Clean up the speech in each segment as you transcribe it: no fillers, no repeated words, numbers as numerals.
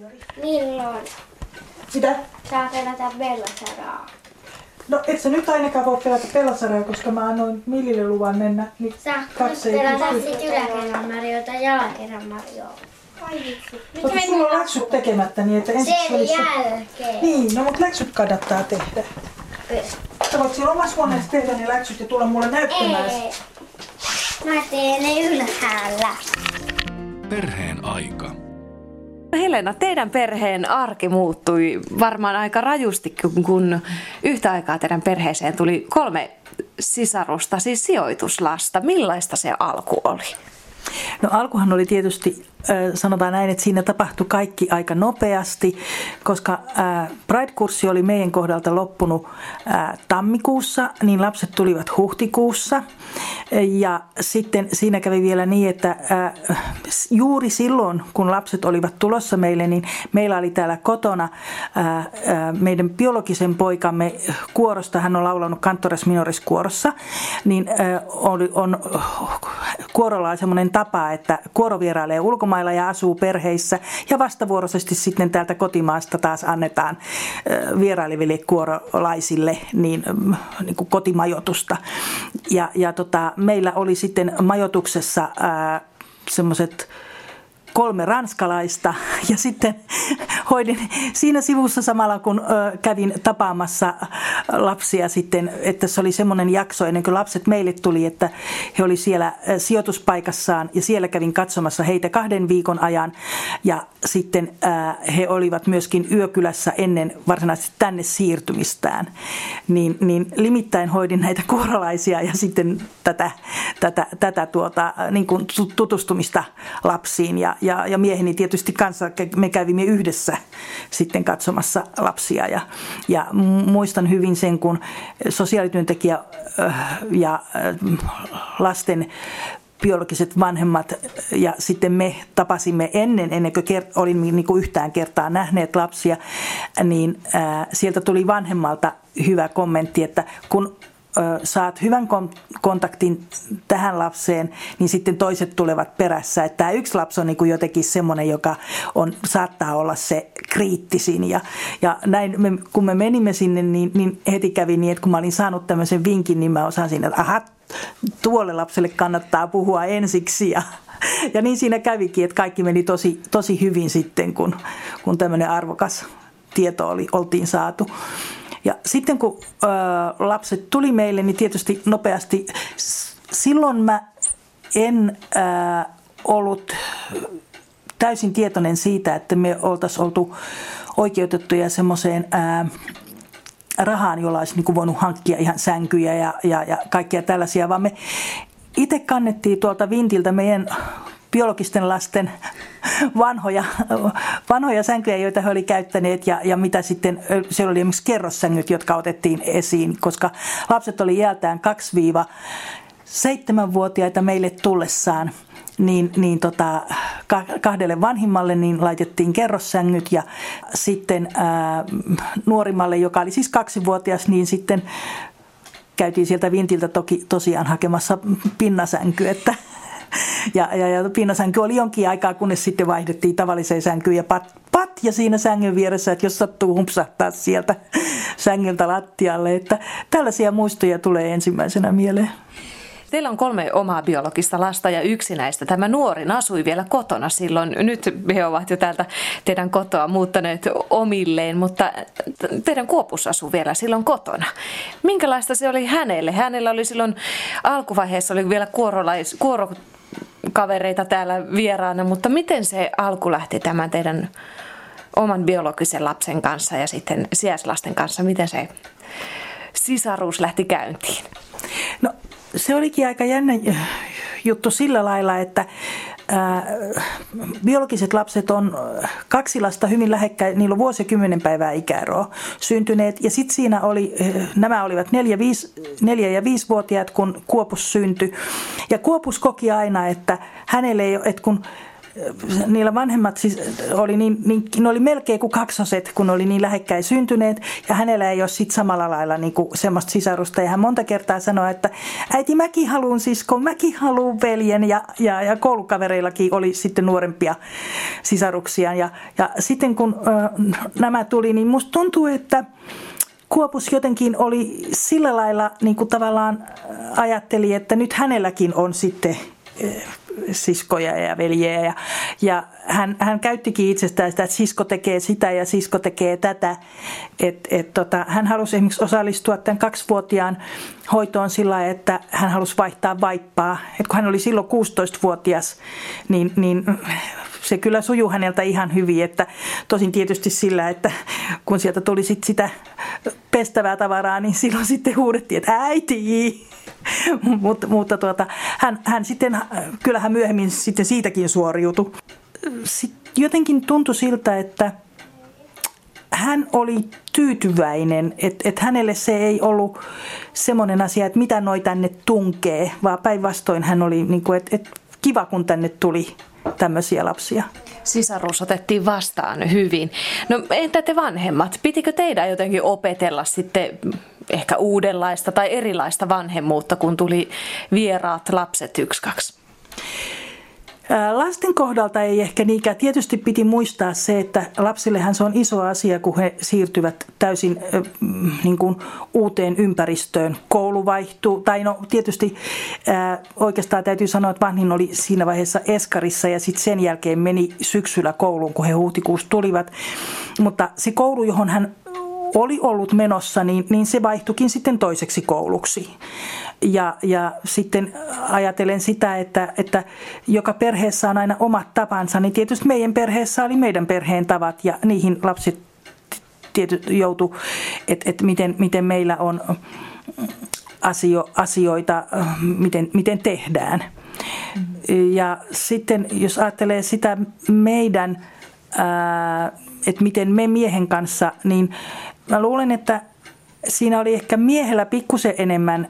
Milloin Mitä? saa pelata Bellasaraa? No et sä nyt ainakaan voi pelata Bellasaraa, koska mä annoin Millille luvan mennä. Niin Saatko nyt pelata sit yläkerran Mariota ja alakerran Marioa? Ai vitsi. Mutta sulla on läksyt tekemättä niin, että ensin Sen jälkeen. Niin, no mutta läksyt kannattaa tehdä. Sä voit siellä omassa huoneessa tehdä ne läksyt ja tulla mulle näyttämään. Ei. Mä teen ne ylhäällä. Perheen aika. Helena, teidän perheen arki muuttui varmaan aika rajusti, kun yhtä aikaa teidän perheeseen tuli 3 sisarusta, siis sijoituslasta. Millaista se alku oli? No alkuhan oli tietysti, sanotaan näin, että siinä tapahtui kaikki aika nopeasti, koska Pride-kurssi oli meidän kohdalta loppunut tammikuussa, niin lapset tulivat huhtikuussa. Ja sitten siinä kävi vielä niin, että juuri silloin, kun lapset olivat tulossa meille, niin meillä oli täällä kotona meidän biologisen poikamme kuorosta, hän on laulanut Cantoras Minoris kuorossa, niin on kuorolla on semmoinen tapa, että kuoro vierailee ulkomailla ja asuu perheissä ja vastavuoroisesti sitten täältä kotimaasta taas annetaan vieraileville kuorolaisille niin kuin kotimajoitusta. Ja meillä oli sitten majoituksessa semmoiset 3 ranskalaista ja sitten hoidin siinä sivussa samalla kun kävin tapaamassa lapsia sitten, että se oli semmoinen jakso ennen kuin lapset meille tuli, että he oli siellä sijoituspaikassaan ja siellä kävin katsomassa heitä 2 viikon ajan ja sitten he olivat myöskin yökylässä ennen varsinaisesti tänne siirtymistään, niin limittäin hoidin näitä kuorolaisia ja sitten tätä niin kuin tutustumista lapsiin ja mieheni tietysti kanssa me kävimme yhdessä sitten katsomassa lapsia ja muistan hyvin sen, kun sosiaalityöntekijä ja lasten biologiset vanhemmat ja sitten me tapasimme ennen kuin olimme niin kuin yhtään kertaa nähneet lapsia, niin sieltä tuli vanhemmalta hyvä kommentti, että kun saat hyvän kontaktin tähän lapseen, niin sitten toiset tulevat perässä. Että tämä yksi lapsi on niin kuin jotenkin semmoinen, joka saattaa olla se kriittisin. Ja näin, kun me menimme sinne, niin heti kävi niin, että kun mä olin saanut tämmöisen vinkin, niin mä osasin, että aha, tuolle lapselle kannattaa puhua ensiksi. Ja niin siinä kävikin, että kaikki meni tosi hyvin sitten, kun tämmöinen arvokas tieto oltiin saatu. Ja sitten kun lapset tuli meille, niin tietysti nopeasti, silloin mä en ollut täysin tietoinen siitä, että me oltaisiin oltu oikeutettuja semmoiseen rahaan, jolla olisi niin kuin voinut hankkia ihan sänkyjä ja kaikkia tällaisia, vaan me itse kannettiin tuolta vintiltä meidän biologisten lasten vanhoja sänkyjä, joita he oli käyttäneet ja mitä sitten, siellä oli esimerkiksi kerrossängyt, jotka otettiin esiin, koska lapset oli iältään 2-7-vuotiaita meille tullessaan, niin 2 vanhimmalle niin laitettiin kerrossängyt ja sitten nuorimmalle, joka oli siis 2-vuotias, niin sitten käytiin sieltä vintiltä tosiaan hakemassa pinnasänky, että ja pinnasänky oli jonkin aikaa, kunnes sitten vaihdettiin tavalliseen sänkyyn ja pat ja siinä sängyn vieressä, että jos sattuu humpsahtaa sieltä sängyltä lattialle, että tällaisia muistoja tulee ensimmäisenä mieleen. Teillä on 3 omaa biologista lasta ja yksi näistä, tämä nuorin, asui vielä kotona silloin. Nyt he ovat jo täältä teidän kotoa muuttaneet omilleen, mutta teidän Kuopus asui vielä silloin kotona. Minkälaista se oli hänelle? Hänellä oli silloin alkuvaiheessa oli vielä kuorokavereita täällä vieraana, mutta miten se alku lähti tämän teidän oman biologisen lapsen kanssa ja sitten sijaislasten kanssa? Miten se sisaruus lähti käyntiin? No, se olikin aika jännä juttu sillä lailla, että biologiset lapset on 2 lasta hyvin lähekkäin, niillä on vuosi ja 10 päivää ikäeroa syntyneet. Ja sitten siinä oli, nämä olivat 4- ja 5-vuotiaat, kun Kuopus syntyi. Ja Kuopus koki aina, että hänelle ei ole, että kun niillä vanhemmat siis oli ne oli melkein kuin kaksoset, kun oli niin lähekkäin syntyneet, ja hänellä ei ole sitten samalla lailla niin kuin semmoista sisarusta, ja hän monta kertaa sanoi, että äiti, mäkin haluan siskon, mäkin haluan veljen, ja koulukavereillakin oli sitten nuorempia sisaruksia, ja sitten kun nämä tuli, niin musta tuntuu, että Kuopus jotenkin oli sillä lailla niin kuin tavallaan ajatteli, että nyt hänelläkin on sitten siskoja ja veljejä, ja hän käyttikin itsestään sitä, että sisko tekee sitä ja sisko tekee tätä. Hän halusi esimerkiksi osallistua tämän 2-vuotiaan hoitoon sillä lailla, että hän halusi vaihtaa vaippaa. Et kun hän oli silloin 16-vuotias, niin se kyllä sujui häneltä ihan hyvin, että tosin tietysti sillä, että kun sieltä tuli sitä pestävää tavaraa, niin silloin sitten huudettiin, että äiti! mutta hän sitten, kyllähän myöhemmin sitten siitäkin suoriutui. Sitten jotenkin tuntui siltä, että hän oli tyytyväinen, että hänelle se ei ollut semmoinen asia, että mitä noi tänne tunkee, vaan päinvastoin hän oli, niin kuin, että kiva kun tänne tuli tämmöisiä lapsia. Sisarus otettiin vastaan hyvin. No entä te vanhemmat? Pitikö teidän jotenkin opetella sitten ehkä uudenlaista tai erilaista vanhemmuutta, kun tuli vieraat lapset 1-2? Lasten kohdalta ei ehkä niinkään. Tietysti piti muistaa se, että lapsillehän se on iso asia, kun he siirtyvät täysin niin kuin uuteen ympäristöön. Koulu vaihtuu, tai no tietysti oikeastaan täytyy sanoa, että vanhin oli siinä vaiheessa eskarissa ja sitten sen jälkeen meni syksyllä kouluun, kun he huhtikuussa tulivat. Mutta se koulu, johon hän oli ollut menossa, niin se vaihtuikin sitten toiseksi kouluksi. Ja sitten ajatellen sitä, että joka perheessä on aina omat tapansa, niin tietysti meidän perheessä oli meidän perheen tavat ja niihin lapset joutu, että miten meillä on asioita, miten tehdään. Ja sitten jos ajattelee sitä meidän, että miten me miehen kanssa, niin mä luulen, että siinä oli ehkä miehellä pikkusen enemmän,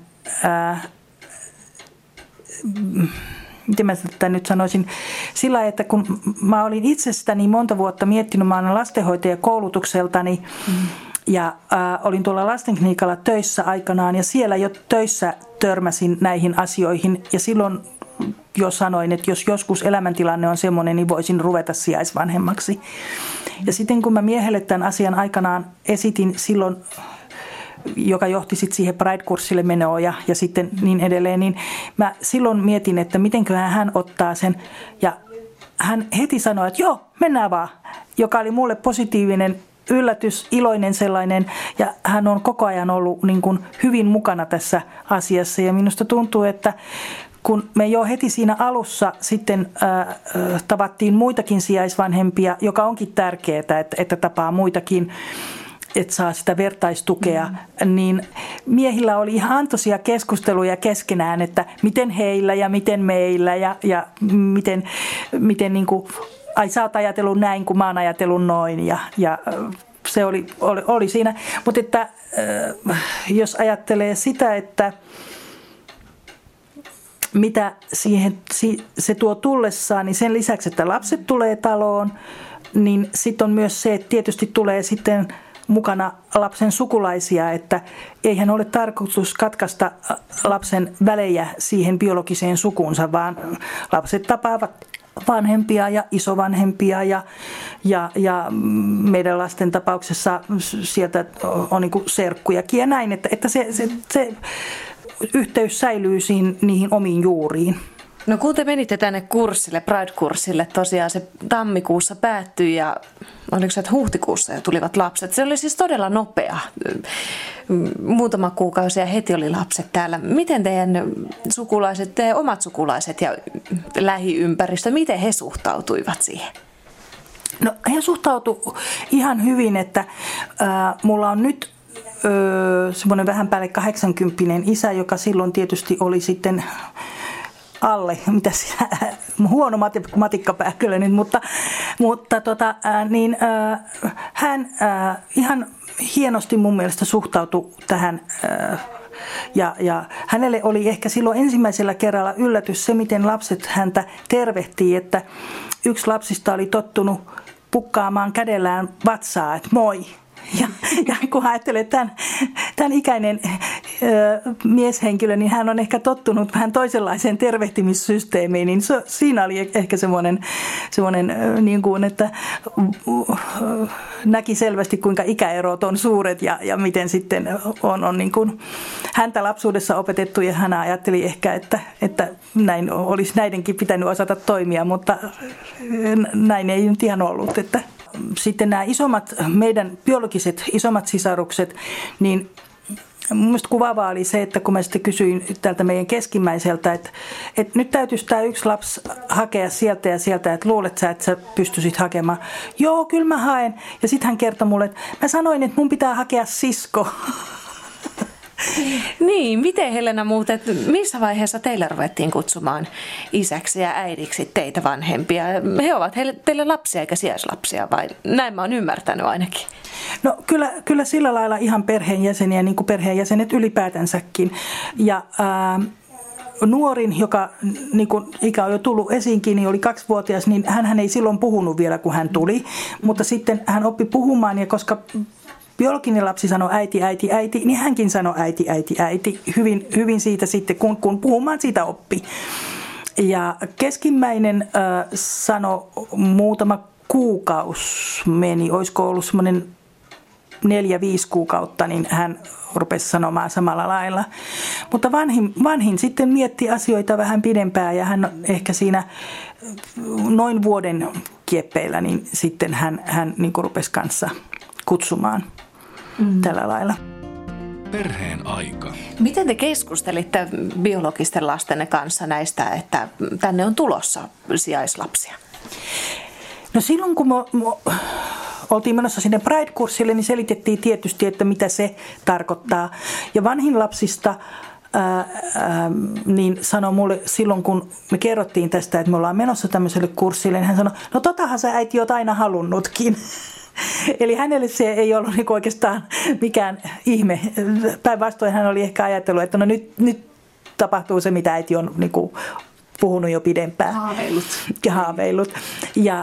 miten mä tätä nyt sanoisin, sillä että kun mä olin itsestäni niin monta vuotta miettinyt, mä olen lastenhoitajakoulutukseltani ja olin tuolla lastenklinikalla töissä aikanaan ja siellä jo töissä törmäsin näihin asioihin ja silloin jo sanoin, että jos joskus elämäntilanne on semmoinen, niin voisin ruveta sijaisvanhemmaksi. Ja sitten kun mä miehelle tämän asian aikanaan esitin silloin, joka johti sitten siihen Pride-kurssille menoon ja sitten niin edelleen, niin mä silloin mietin, että mitenköhän hän ottaa sen. Ja hän heti sanoi, että joo, mennään vaan, joka oli mulle positiivinen yllätys, iloinen sellainen. Ja hän on koko ajan ollut niin kuin hyvin mukana tässä asiassa ja minusta tuntuu, että kun me jo heti siinä alussa sitten tavattiin muitakin sijaisvanhempia, joka onkin tärkeää, että tapaa muitakin, että saa sitä vertaistukea, niin miehillä oli ihan antoisia keskusteluja keskenään, että miten heillä ja miten meillä ja miten niin kuin, ai sä oot ajatellut näin, kun mä oon ajatellut noin ja se oli siinä. Mutta että jos ajattelee sitä, että mitä se tuo tullessaan, niin sen lisäksi, että lapset tulee taloon, niin sitten on myös se, että tietysti tulee sitten mukana lapsen sukulaisia, että eihän ole tarkoitus katkaista lapsen välejä siihen biologiseen sukuunsa, vaan lapset tapaavat vanhempia ja isovanhempia ja meidän lasten tapauksessa sieltä on niin kuin serkkujakin ja näin, että se yhteys säilyy niihin omiin juuriin. No kun te menitte tänne kurssille, Pride-kurssille, tosiaan se tammikuussa päättyi ja oliko se, että huhtikuussa jo tulivat lapset. Se oli siis todella nopea. Muutama kuukausi ja heti oli lapset täällä. Miten teidän omat sukulaiset ja lähiympäristö, miten he suhtautuivat siihen? No he suhtautuivat ihan hyvin, että mulla on nyt semmoinen vähän päälle 80 isä, joka silloin tietysti oli sitten alle, mitä siellä, huono matikkapää kyllä nyt, mutta hän ihan hienosti mun mielestä suhtautui tähän Ja hänelle oli ehkä silloin ensimmäisellä kerralla yllätys se, miten lapset häntä tervehtii, että yksi lapsista oli tottunut pukkaamaan kädellään vatsaa, että moi. Ja kun ajattelee tämän ikäinen mieshenkilö, niin hän on ehkä tottunut vähän toisenlaiseen tervehtimissysteemiin, niin siinä oli ehkä semmoinen niin kuin, että näki selvästi, kuinka ikäerot on suuret ja miten sitten on niin kuin häntä lapsuudessa opetettu, ja hän ajatteli ehkä, että näin olisi näidenkin pitänyt osata toimia, mutta näin ei nyt ihan ollut, että sitten nämä meidän biologiset isommat sisarukset, niin mielestäni kuvaavaa oli se, että kun mä sitten kysyin tältä meidän keskimmäiseltä, että nyt täytyisi tämä yksi lapsi hakea sieltä ja sieltä, että luulet sä, että sä pystyisit hakemaan. Joo, kyllä mä haen. Ja sitten hän kertoi mulle, että mä sanoin, että mun pitää hakea sisko. Niin, miten Helena muuten, missä vaiheessa teille ruvettiin kutsumaan isäksi ja äidiksi teitä vanhempia? He ovat teille lapsia eikä sijaislapsia, vai näin mä oon ymmärtänyt ainakin. No kyllä sillä lailla ihan perheenjäseniä, niin kuin perheenjäsenet ylipäätänsäkin. Ja nuorin, joka niin kuin ikä on jo tullut esiinkin, niin oli 2-vuotias, niin hän ei silloin puhunut vielä, kun hän tuli. Mutta sitten hän oppi puhumaan, ja koska biologinen lapsi sanoi äiti, äiti, äiti, niin hänkin sanoi äiti, äiti, äiti. Hyvin siitä sitten, kun puhumaan siitä oppi. Ja keskimmäinen sanoi muutama kuukausi meni, olisiko ollut semmoinen 4-5 kuukautta, niin hän rupesi sanomaan samalla lailla. Mutta vanhin sitten mietti asioita vähän pidempään, ja hän ehkä siinä noin vuoden kieppeillä, niin sitten hän niin kuin rupesi kanssa kutsumaan tällä lailla. Perheen aika. Miten te keskustelitte biologisten lastenne kanssa näistä, että tänne on tulossa sijaislapsia? No silloin, kun me oltiin menossa sinne Pride-kurssille, niin selitettiin tietysti, että mitä se tarkoittaa. Ja vanhin lapsista niin sanoi mulle silloin, kun me kerrottiin tästä, että me ollaan menossa tämmöiselle kurssille, niin hän sanoi, no totahan sä äiti oot aina halunnutkin. Eli hänelle se ei ollut niin oikeastaan mikään ihme. Päinvastoin hän oli ehkä ajatellut, että no nyt tapahtuu se, mitä äiti on niin kuin puhunut jo pidempään. Haaveillut. Ja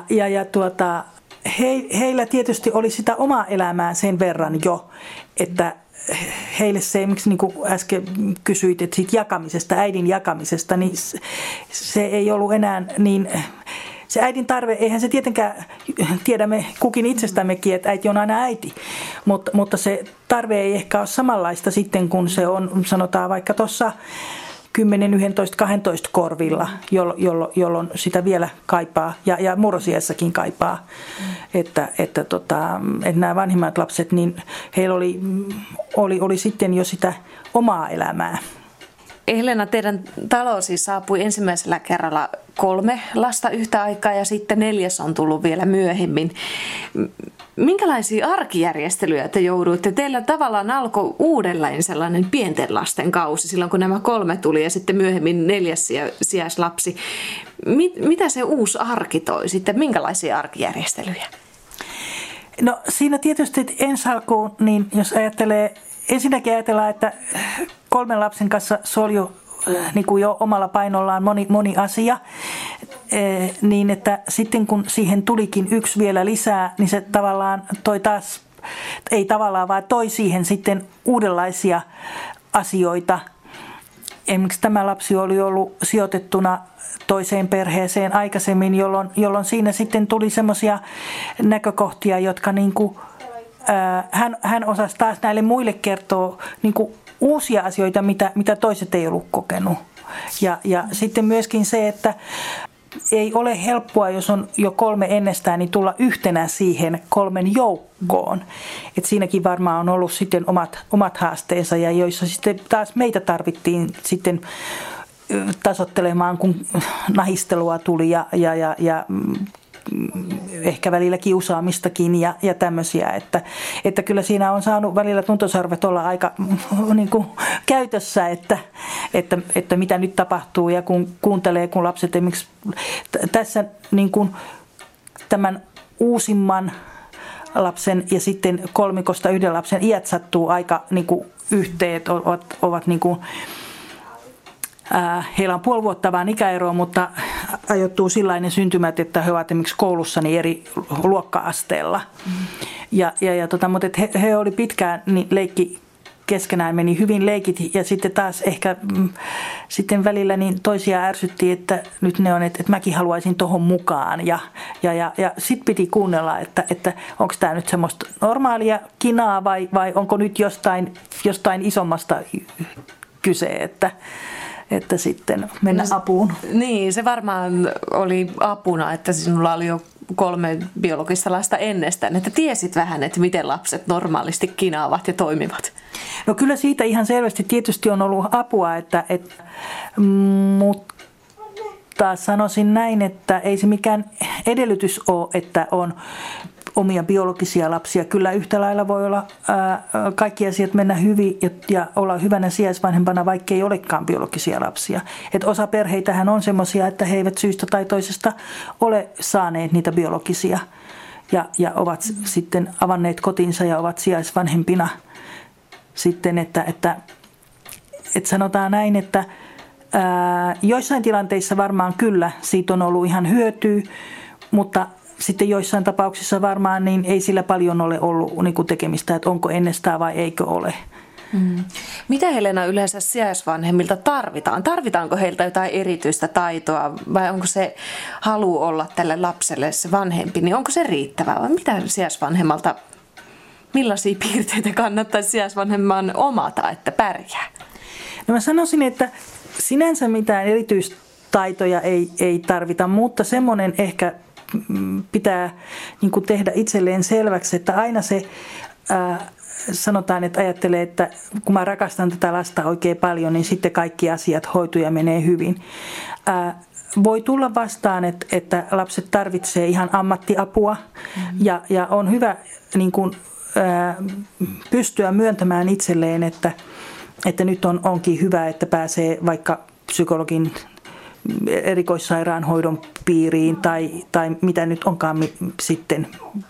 heillä tietysti oli sitä omaa elämää sen verran jo, että heille se, miksi niin kuin äsken kysyit, että siitä jakamisesta, äidin jakamisesta, niin se ei ollut enää niin. Se äidin tarve, eihän se tietenkään, tiedämme kukin itsestämmekin, että äiti on aina äiti, mutta se tarve ei ehkä ole samanlaista sitten, kun se on, sanotaan vaikka tuossa 10, 11, 12 korvilla, jolloin sitä vielä kaipaa ja murrosiässäkin kaipaa. Että nämä vanhimmat lapset, niin heillä oli sitten jo sitä omaa elämää. Helena, teidän taloon siis saapui ensimmäisellä kerralla 3 lasta yhtä aikaa ja sitten 4 on tullut vielä myöhemmin. Minkälaisia arkijärjestelyjä te jouduitte? Teillä tavallaan alkoi uudelleen sellainen pienten lasten kausi silloin, kun nämä 3 tuli ja sitten myöhemmin 4 sijaislapsi. Mitä se uusi arki toi sitten? Minkälaisia arkijärjestelyjä? No siinä tietysti ensi alkuun, niin jos ensinnäkin ajatellaan, että 3 lapsen kanssa se oli jo, niin kuin jo omalla painollaan moni asia, niin että sitten kun siihen tulikin 1 vielä lisää, niin se tavallaan toi taas, ei tavallaan vaan toi siihen sitten uudenlaisia asioita. Esimerkiksi tämä lapsi oli ollut sijoitettuna toiseen perheeseen aikaisemmin, jolloin siinä sitten tuli semmoisia näkökohtia, jotka niin kuin hän osasi taas näille muille kertoa niin kuin uusia asioita, mitä toiset ei ollut kokenut. Ja sitten myöskin se, että ei ole helppoa, jos on jo 3 ennestään, niin tulla yhtenä siihen 3 joukkoon. Et siinäkin varmaan on ollut sitten omat haasteensa, ja joissa sitten taas meitä tarvittiin sitten tasoittelemaan, kun nahistelua tuli ja ehkä välillä kiusaamistakin ja tämmöisiä, että kyllä siinä on saanut välillä tuntosarvet olla aika niin kuin käytössä, että mitä nyt tapahtuu, ja kun kuuntelee, kun lapset esimerkiksi tässä niin kuin tämän uusimman lapsen ja sitten kolmikosta yhden lapsen iät sattuu aika niin kuin yhteen, ovat niin kuin, heillä on 5 vuotta vaan ikäeroa, mutta ajoittuu sillainen syntymät, että he ovat esimerkiksi koulussa niin eri luokka-asteella. Mutta he oli pitkään niin leikki keskenään, meni hyvin leikit ja sitten taas ehkä sitten välillä niin toisia ärsytti, että nyt ne on, että mäkin haluaisin tohon mukaan ja sitten piti kuunnella, että onko tämä nyt semmoista normaalia kinaa vai onko nyt jostain isommasta kyse, että sitten mennä apuun. Niin, se varmaan oli apuna, että sinulla oli jo 3 biologista lasta ennestään, että tiesit vähän, että miten lapset normaalisti kinaavat ja toimivat. No kyllä siitä ihan selvästi tietysti on ollut apua, mutta sanoisin näin, että ei se mikään edellytys ole, että on omia biologisia lapsia. Kyllä yhtä lailla voi olla kaikki asiat mennä hyvin ja olla hyvänä sijaisvanhempana, vaikka ei olekaan biologisia lapsia. Et osa perheitähän on semmoisia, että he eivät syystä tai toisesta ole saaneet niitä biologisia ja ovat sitten avanneet kotinsa ja ovat sijaisvanhempina sitten, että sanotaan näin, että joissain tilanteissa varmaan kyllä siitä on ollut ihan hyötyä, mutta sitten joissain tapauksissa varmaan niin ei sillä paljon ole ollut niin kuin tekemistä, että onko ennestään vai eikö ole. Mitä Helena yleensä sijaisvanhemmilta tarvitaan? Tarvitaanko heiltä jotain erityistä taitoa vai onko se halu olla tälle lapselle se vanhempi, niin onko se riittävää vai mitä sijaisvanhemmalta, millaisia piirteitä kannattaisi sijaisvanhemman omata, että pärjää? No mä sanoisin, että sinänsä mitään erityistaitoja ei tarvita, mutta semmoinen ehkä pitää niin kuin tehdä itselleen selväksi, että aina se sanotaan, että ajattelee, että kun mä rakastan tätä lasta oikein paljon, niin sitten kaikki asiat hoituu ja menee hyvin. Voi tulla vastaan, että lapset tarvitsee ihan ammattiapua ja on hyvä niin kuin, pystyä myöntämään itselleen, että nyt onkin hyvä, että pääsee vaikka psykologin erikoissairaanhoidon piiriin tai mitä nyt onkaan sitten.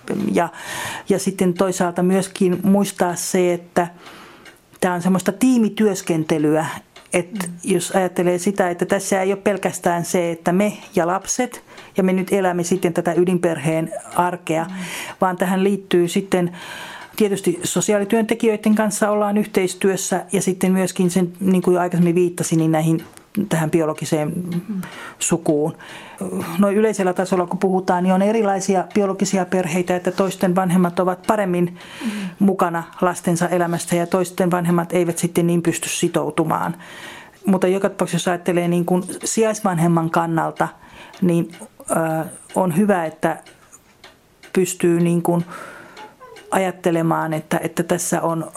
Ja sitten toisaalta myöskin muistaa se, että tämä on semmoista tiimityöskentelyä, että jos ajattelee sitä, että tässä ei ole pelkästään se, että me ja lapset ja me nyt elämme sitten tätä ydinperheen arkea, vaan tähän liittyy sitten tietysti sosiaalityöntekijöiden kanssa ollaan yhteistyössä ja sitten myöskin sen, niin kuin jo aikaisemmin viittasin, niin tähän biologiseen sukuun. Noin yleisellä tasolla, kun puhutaan, niin on erilaisia biologisia perheitä, että toisten vanhemmat ovat paremmin mukana lastensa elämästä ja toisten vanhemmat eivät sitten niin pysty sitoutumaan. Mutta joka tapauksessa, jos ajattelee niin kuin sijaisvanhemman kannalta, niin on hyvä, että pystyy niin kuin ajattelemaan, että tässä on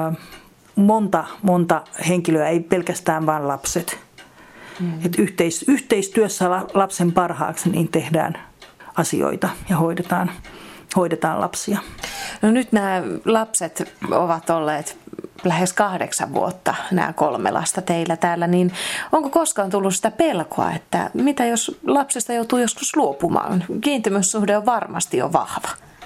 monta henkilöä, ei pelkästään vain lapset. Että yhteistyössä lapsen parhaaksi niin tehdään asioita ja hoidetaan lapsia. No nyt nämä lapset ovat olleet lähes 8 vuotta, nämä 3 lasta teillä täällä, niin onko koskaan tullut sitä pelkoa, että mitä jos lapsesta joutuu joskus luopumaan? Kiintymyssuhde on varmasti jo vahva.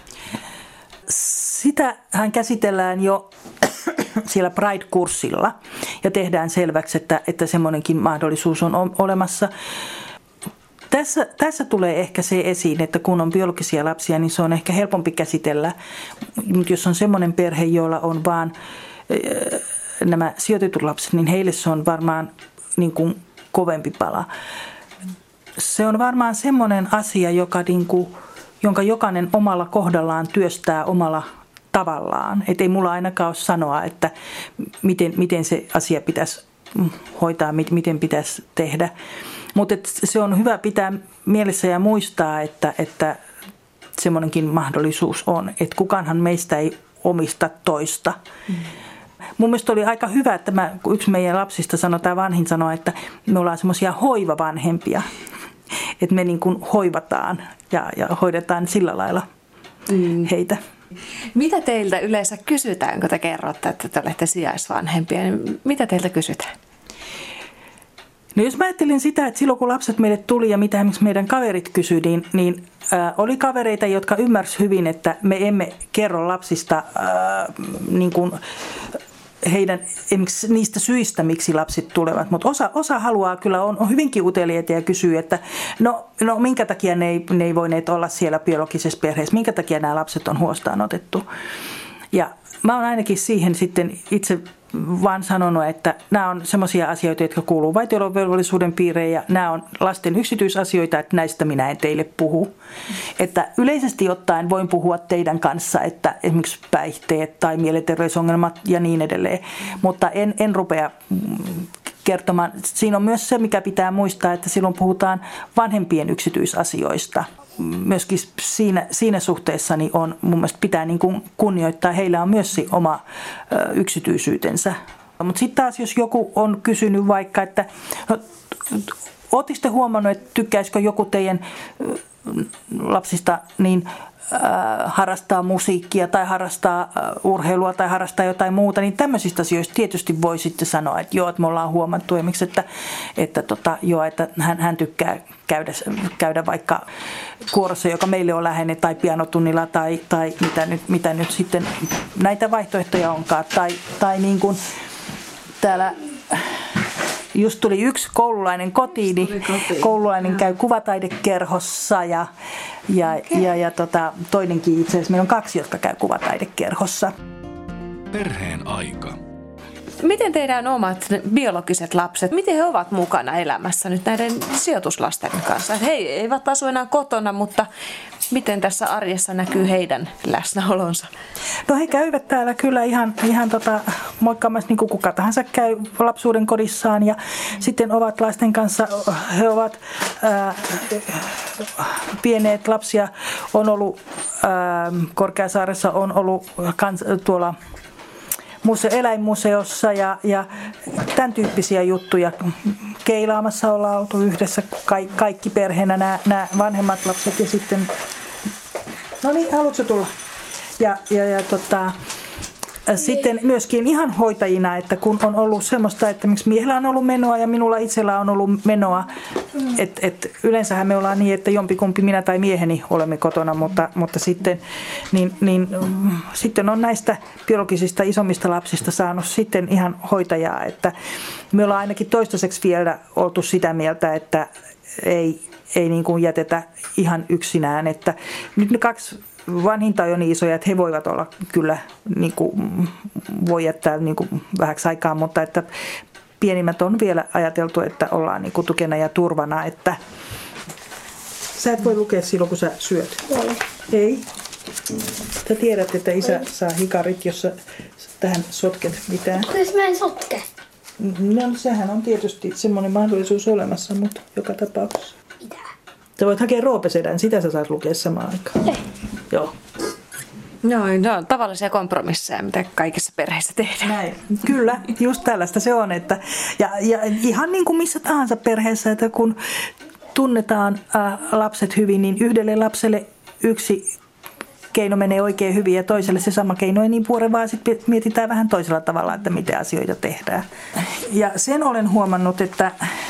Sitähän käsitellään jo siellä Pride-kurssilla ja tehdään selväksi, että semmoinenkin mahdollisuus on olemassa. Tässä tulee ehkä se esiin, että kun on biologisia lapsia, niin se on ehkä helpompi käsitellä. Mutta jos on semmoinen perhe, jolla on vaan nämä sijoitetut lapset, niin heille se on varmaan niin kuin kovempi pala. Se on varmaan semmoinen asia, jonka jokainen omalla kohdallaan työstää omalla tavallaan. Että ei mulla ainakaan ole sanoa, että miten se asia pitäisi hoitaa, miten pitäisi tehdä. Mutta se on hyvä pitää mielessä ja muistaa, että semmoinenkin mahdollisuus on. Että kukaanhan meistä ei omista toista. Mun mielestä oli aika hyvä, että yksi meidän lapsista vanhin sanoi, että me ollaan semmoisia hoivavanhempia. Että me niin kuin hoivataan ja hoidetaan sillä lailla heitä. Mitä teiltä yleensä kysytään, kun te kerrotte, että te olette sijaisvanhempia? Mitä teiltä kysytään? No jos mä ajattelin sitä, että silloin kun lapset meille tuli ja mitä meidän kaverit kysyi, niin oli kavereita, jotka ymmärsivät hyvin, että me emme kerro lapsista niin kuin heidän niistä syistä, miksi lapset tulevat, mutta osa haluaa kyllä, on hyvinkin uteliaita ja kysyy, että no minkä takia ne ei voineet olla siellä biologisessa perheessä, minkä takia nämä lapset on huostaan otettu. Ja mä oon ainakin siihen sitten itse vaan sanonut, että nämä on semmoisia asioita, jotka kuuluu vaitiolovelvollisuuden piireen ja nämä on lasten yksityisasioita, että näistä minä en teille puhu. Että yleisesti ottaen voin puhua teidän kanssa, että esimerkiksi päihteet tai mielenterveysongelmat ja niin edelleen, mutta en rupea kertomaan. Siinä on myös se, mikä pitää muistaa, että silloin puhutaan vanhempien yksityisasioista. Myöskin siinä suhteessa niin on, mun mielestä pitää niin kuin kunnioittaa, heillä on myös se oma yksityisyytensä. Mutta sitten taas, jos joku on kysynyt vaikka, että no, ootteko te huomannut, että tykkäisikö joku teidän lapsista niin harrastaa musiikkia tai harrastaa urheilua tai harrastaa jotain muuta, niin tämmöisistä asioista tietysti voi sitten sanoa, että joo, että me ollaan huomattu esimerkiksi, että hän tykkää käydä vaikka kuorossa, joka meille on läheinen, tai pianotunnilla tai mitä nyt sitten näitä vaihtoehtoja onkaan. Tai niin kuin täällä just tuli yksi koululainen kotiin, niin koululainen käy kuvataidekerhossa ja toinenkin itse asiassa. Meillä on 2, jotka käy kuvataidekerhossa. Perheen aika. Miten teidän omat biologiset lapset, miten he ovat mukana elämässä nyt näiden sijoituslasten kanssa? He eivät asu enää kotona, mutta miten tässä arjessa näkyy heidän läsnäolonsa? No he käyvät täällä kyllä ihan moikkaamassa niin kuin kuka tahansa käy lapsuuden kodissaan ja sitten ovat lasten kanssa, he ovat pieneet lapsia, on ollut Korkeasaaressa, on ollut tuolla eläinmuseossa ja tämän tyyppisiä juttuja. Keilaamassa ollaan oltu yhdessä kaikki perheenä, nämä vanhemmat lapset ja sitten, no niin, haluatko tulla? Sitten myöskin ihan hoitajina, että kun on ollut semmoista, että miksi miehellä on ollut menoa ja minulla itsellä on ollut menoa, että yleensähän me ollaan niin, että jompikumpi minä tai mieheni olemme kotona, mutta sitten, sitten on näistä biologisista isommista lapsista saanut sitten ihan hoitajaa, että me ollaan ainakin toistaiseksi vielä oltu sitä mieltä, että ei niin kuin jätetä ihan yksinään, että nyt ne 2 vanhinta on jo niin isoja, että he voivat olla kyllä, niin kuin, voi jättää niin kuin vähäksi aikaa, mutta että pienimmät on vielä ajateltu, että ollaan niin kuin tukena ja turvana, että sä et voi lukea silloin, kun sä syöt. Ei. Sä tiedät, että isä saa hikarit, jos sä tähän sotket mitään. Jos mä en sotke. No sehän on tietysti semmoinen mahdollisuus olemassa, mutta joka tapauksessa. Mitä? Sä voit hakea roopesedän, sitä sä saat lukea samaan aikaan. Ei. Joo. No on tavallisia kompromisseja, mitä kaikissa perheissä tehdään. Näin. Kyllä, just tällaista se on. Että, ja ihan niin kuin missä tahansa perheessä, että kun tunnetaan lapset hyvin, niin yhdelle lapselle yksi keino menee oikein hyvin ja toiselle se sama keino ei niin puore, vaan sitten mietitään vähän toisella tavalla, että miten asioita tehdään. Ja sen olen huomannut, että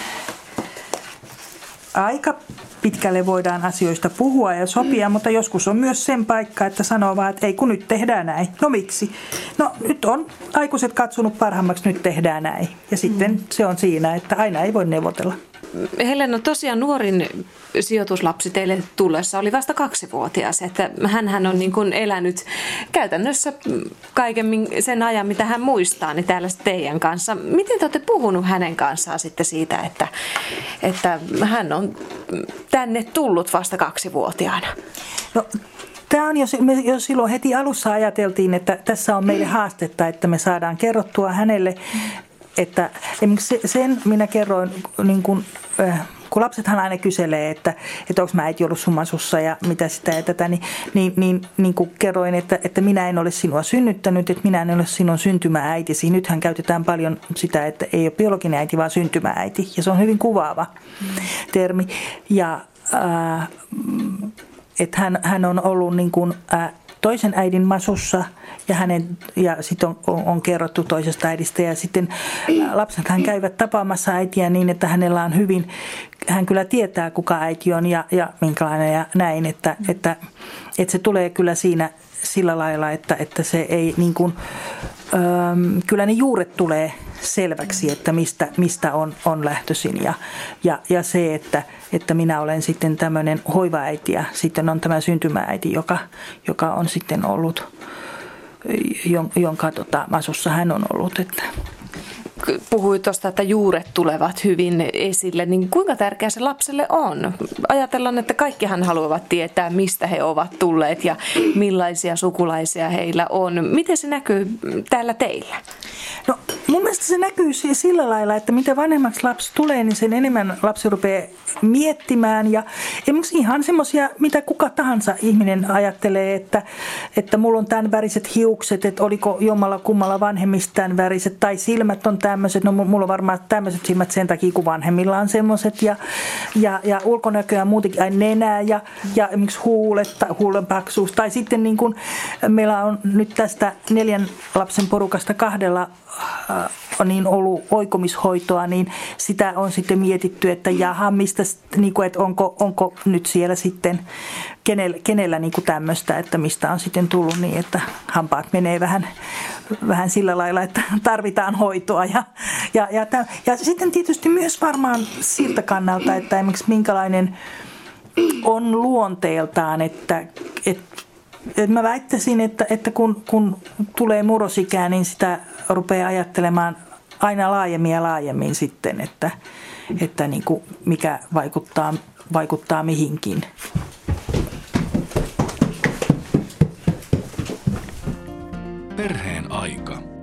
aika pitkälle voidaan asioista puhua ja sopia, mutta joskus on myös sen paikka, että sanoo vaan, että ei kun nyt tehdään näin. No miksi? No nyt on aikuiset katsonut parhaammaksi, nyt tehdään näin. Ja sitten se on siinä, että aina ei voi neuvotella. Helena, tosiaan nuorin sijoituslapsi teille tullessa oli vasta 2-vuotias, että hänhän on niin kuin elänyt käytännössä kaiken sen ajan, mitä hän muistaa, niin täällä teidän kanssa. Miten te olette puhunut hänen kanssaan sitten siitä, että hän on tänne tullut vasta 2-vuotiaana? No, tämä on me jo silloin heti alussa ajateltiin, että tässä on meille haastetta, että me saadaan kerrottua hänelle, että sen minä kerroin, niin kun lapsethan aina kyselee, että onko mä äiti ollut summansussa ja mitä sitä ja tätä, niin kun kerroin, että minä en ole sinua synnyttänyt, että minä en ole sinun syntymääitisi. Nythän käytetään paljon sitä, että ei ole biologinen äiti, vaan syntymääiti. Ja se on hyvin kuvaava termi. Ja että hän on ollut niin kuin toisen äidin masussa ja sitten on kerrottu toisesta äidistä ja sitten lapsethan käyvät tapaamassa äitiä niin, että hänellä on hyvin, hän kyllä tietää kuka äiti on ja minkälainen ja näin, että se tulee kyllä siinä sillä lailla, että se ei niin kuin, kyllä ne juuret tulee selväksi, että mistä on lähtöisin ja se, että minä olen sitten tämmöinen hoivaäiti ja sitten on tämä syntymääiti, joka on sitten ollut, jonka masussa hän on ollut. Että. Puhuit tuosta, että juuret tulevat hyvin esille, niin kuinka tärkeää se lapselle on? Ajatellaan, että kaikkihan haluavat tietää, mistä he ovat tulleet ja millaisia sukulaisia heillä on. Miten se näkyy täällä teillä? No mun mielestä se näkyy sillä lailla, että mitä vanhemmaksi lapsi tulee, niin sen enemmän lapsi rupeaa miettimään. Ja esimerkiksi ihan semmoisia, mitä kuka tahansa ihminen ajattelee, että mulla on tämän väriset hiukset, että oliko jommalla kummalla vanhemmista tämän väriset, tai silmät on tämmöiset. No mulla on varmaan tämmöiset silmät sen takia, kun vanhemmilla on semmoiset. Ja ulkonäköä muutenkin, nenää ja esimerkiksi huulet tai huulen paksuus. Tai sitten niin kuin meillä on nyt tästä 4 lapsen porukasta 2 niin ollut oikomishoitoa, niin sitä on sitten mietitty, että jaha, mistä, niin kuin, että onko nyt siellä sitten, kenellä niin kuin tämmöistä, että mistä on sitten tullut niin, että hampaat menee vähän sillä lailla, että tarvitaan hoitoa. Ja sitten tietysti myös varmaan siltä kannalta, että esimerkiksi minkälainen on luonteeltaan, että mä väittäisin, että kun tulee murrosikää, niin sitä rupeaa ajattelemaan aina laajemmin ja laajemmin sitten, että niin kuin mikä vaikuttaa mihinkin. Perheen aika.